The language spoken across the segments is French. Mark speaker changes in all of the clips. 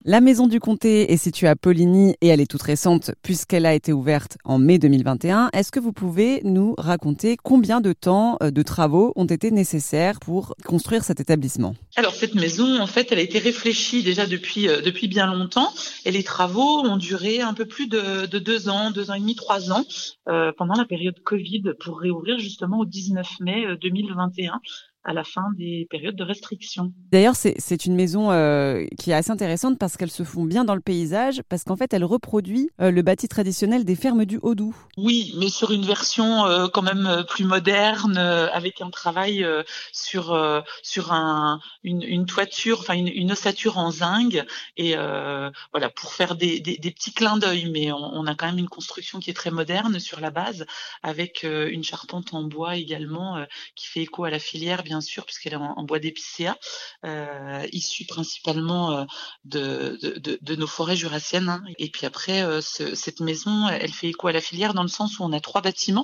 Speaker 1: La Maison du Comté est située à Poligny et elle est toute récente puisqu'elle a été ouverte en mai 2021. Est-ce que vous pouvez nous raconter combien de temps de travaux ont été nécessaires pour construire cet établissement ?
Speaker 2: Alors cette maison, en fait, elle a été réfléchie déjà depuis bien longtemps et les travaux ont duré un peu plus de 2 ans et demi, 3 ans pendant la période Covid pour réouvrir justement au 19 mai 2021 à la fin des périodes de restriction.
Speaker 1: D'ailleurs, c'est une maison qui est assez intéressante parce qu'elle se fond bien dans le paysage, parce qu'en fait, elle reproduit le bâti traditionnel des fermes du Haut-Doubs.
Speaker 2: Oui, mais sur une version quand même plus moderne, avec un travail sur une toiture, enfin une ossature en zinc, et voilà, pour faire des petits clins d'œil. Mais on a quand même une construction qui est très moderne sur la base, avec une charpente en bois également qui fait écho à la filière, bien sûr, puisqu'elle est en bois d'épicéa, issue principalement de nos forêts jurassiennes, hein. Et puis après, cette maison, elle fait écho à la filière dans le sens où on a 3 bâtiments,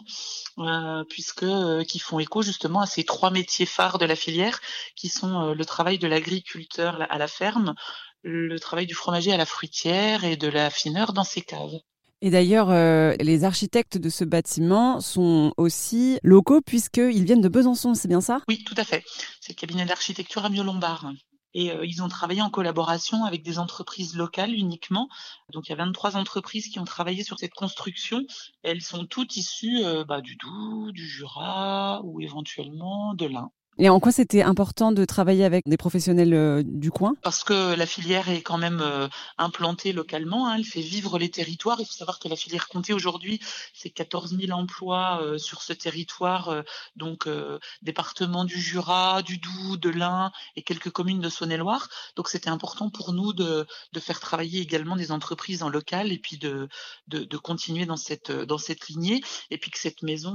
Speaker 2: qui font écho justement à ces 3 métiers phares de la filière, qui sont le travail de l'agriculteur à la ferme, le travail du fromager à la fruitière et de l'affineur dans ses caves.
Speaker 1: Et d'ailleurs, les architectes de ce bâtiment sont aussi locaux puisqu'ils viennent de Besançon, c'est bien ça ?
Speaker 2: Oui, tout à fait. C'est le cabinet d'architecture Amiot-Lombard. Et ils ont travaillé en collaboration avec des entreprises locales uniquement. Donc il y a 23 entreprises qui ont travaillé sur cette construction. Elles sont toutes issues du Doubs, du Jura ou éventuellement de l'Ain.
Speaker 1: Et en quoi c'était important de travailler avec des professionnels du coin ?
Speaker 2: Parce que la filière est quand même implantée localement, hein, elle fait vivre les territoires. Il faut savoir que la filière Comté aujourd'hui, c'est 14 000 emplois sur ce territoire, département du Jura, du Doubs, de l'Ain et quelques communes de Saône-et-Loire. Donc c'était important pour nous de faire travailler également des entreprises en local et puis de continuer dans cette lignée. Et puis que cette maison,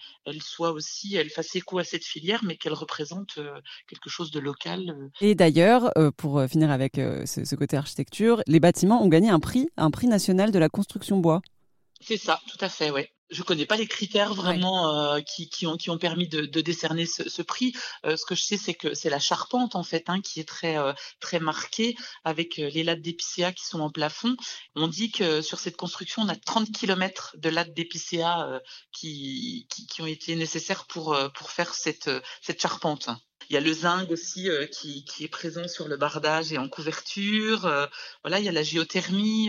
Speaker 2: elle fasse écho à cette filière, mais qu'elle représente quelque chose de local.
Speaker 1: Et d'ailleurs, pour finir avec ce côté architecture, les bâtiments ont gagné un prix national de la construction bois.
Speaker 2: C'est ça, tout à fait, ouais. Je connais pas les critères vraiment qui ont permis de décerner ce prix. Ce que je sais, c'est que c'est la charpente en fait, hein, qui est très marquée avec les lattes d'épicéa qui sont en plafond. On dit que sur cette construction, on a 30 kilomètres de lattes d'épicéa qui ont été nécessaires pour faire cette charpente. Il y a le zinc aussi qui est présent sur le bardage et en couverture. Voilà, il y a la géothermie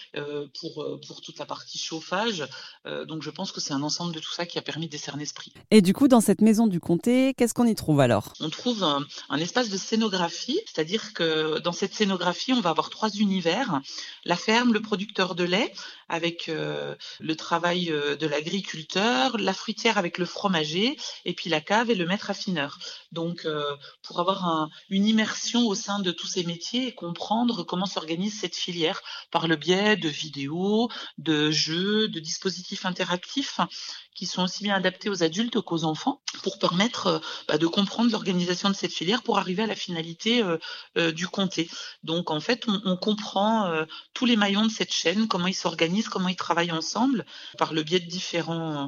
Speaker 2: pour toute la partie chauffage. Donc je pense que c'est un ensemble de tout ça qui a permis de décerner ce prix.
Speaker 1: Et du coup, dans cette maison du comté, qu'est-ce qu'on y trouve alors ?
Speaker 2: On trouve un espace de scénographie, c'est-à-dire que dans cette scénographie, on va avoir 3 univers. La ferme, le producteur de lait, avec le travail de l'agriculteur, la fruitière avec le fromager, et puis la cave et le maître affineur. Donc pour avoir une immersion au sein de tous ces métiers et comprendre comment s'organise cette filière par le biais de vidéos, de jeux, de dispositifs interactifs qui sont aussi bien adaptés aux adultes qu'aux enfants pour permettre de comprendre l'organisation de cette filière pour arriver à la finalité du comté. Donc en fait, on comprend tous les maillons de cette chaîne, comment ils s'organisent, comment ils travaillent ensemble par le biais de différents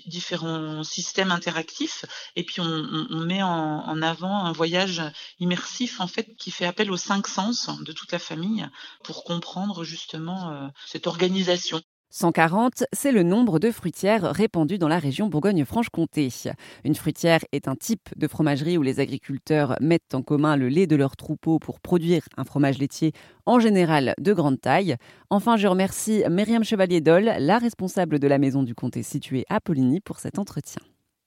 Speaker 2: systèmes interactifs. Et puis on met en avant un voyage immersif en fait qui fait appel aux 5 sens de toute la famille pour comprendre justement cette organisation.
Speaker 1: 140, c'est le nombre de fruitières répandues dans la région Bourgogne-Franche-Comté. Une fruitière est un type de fromagerie où les agriculteurs mettent en commun le lait de leurs troupeaux pour produire un fromage laitier en général de grande taille. Enfin, je remercie Myriam Chevalier-Dol, la responsable de la Maison du Comté située à Poligny, pour cet entretien.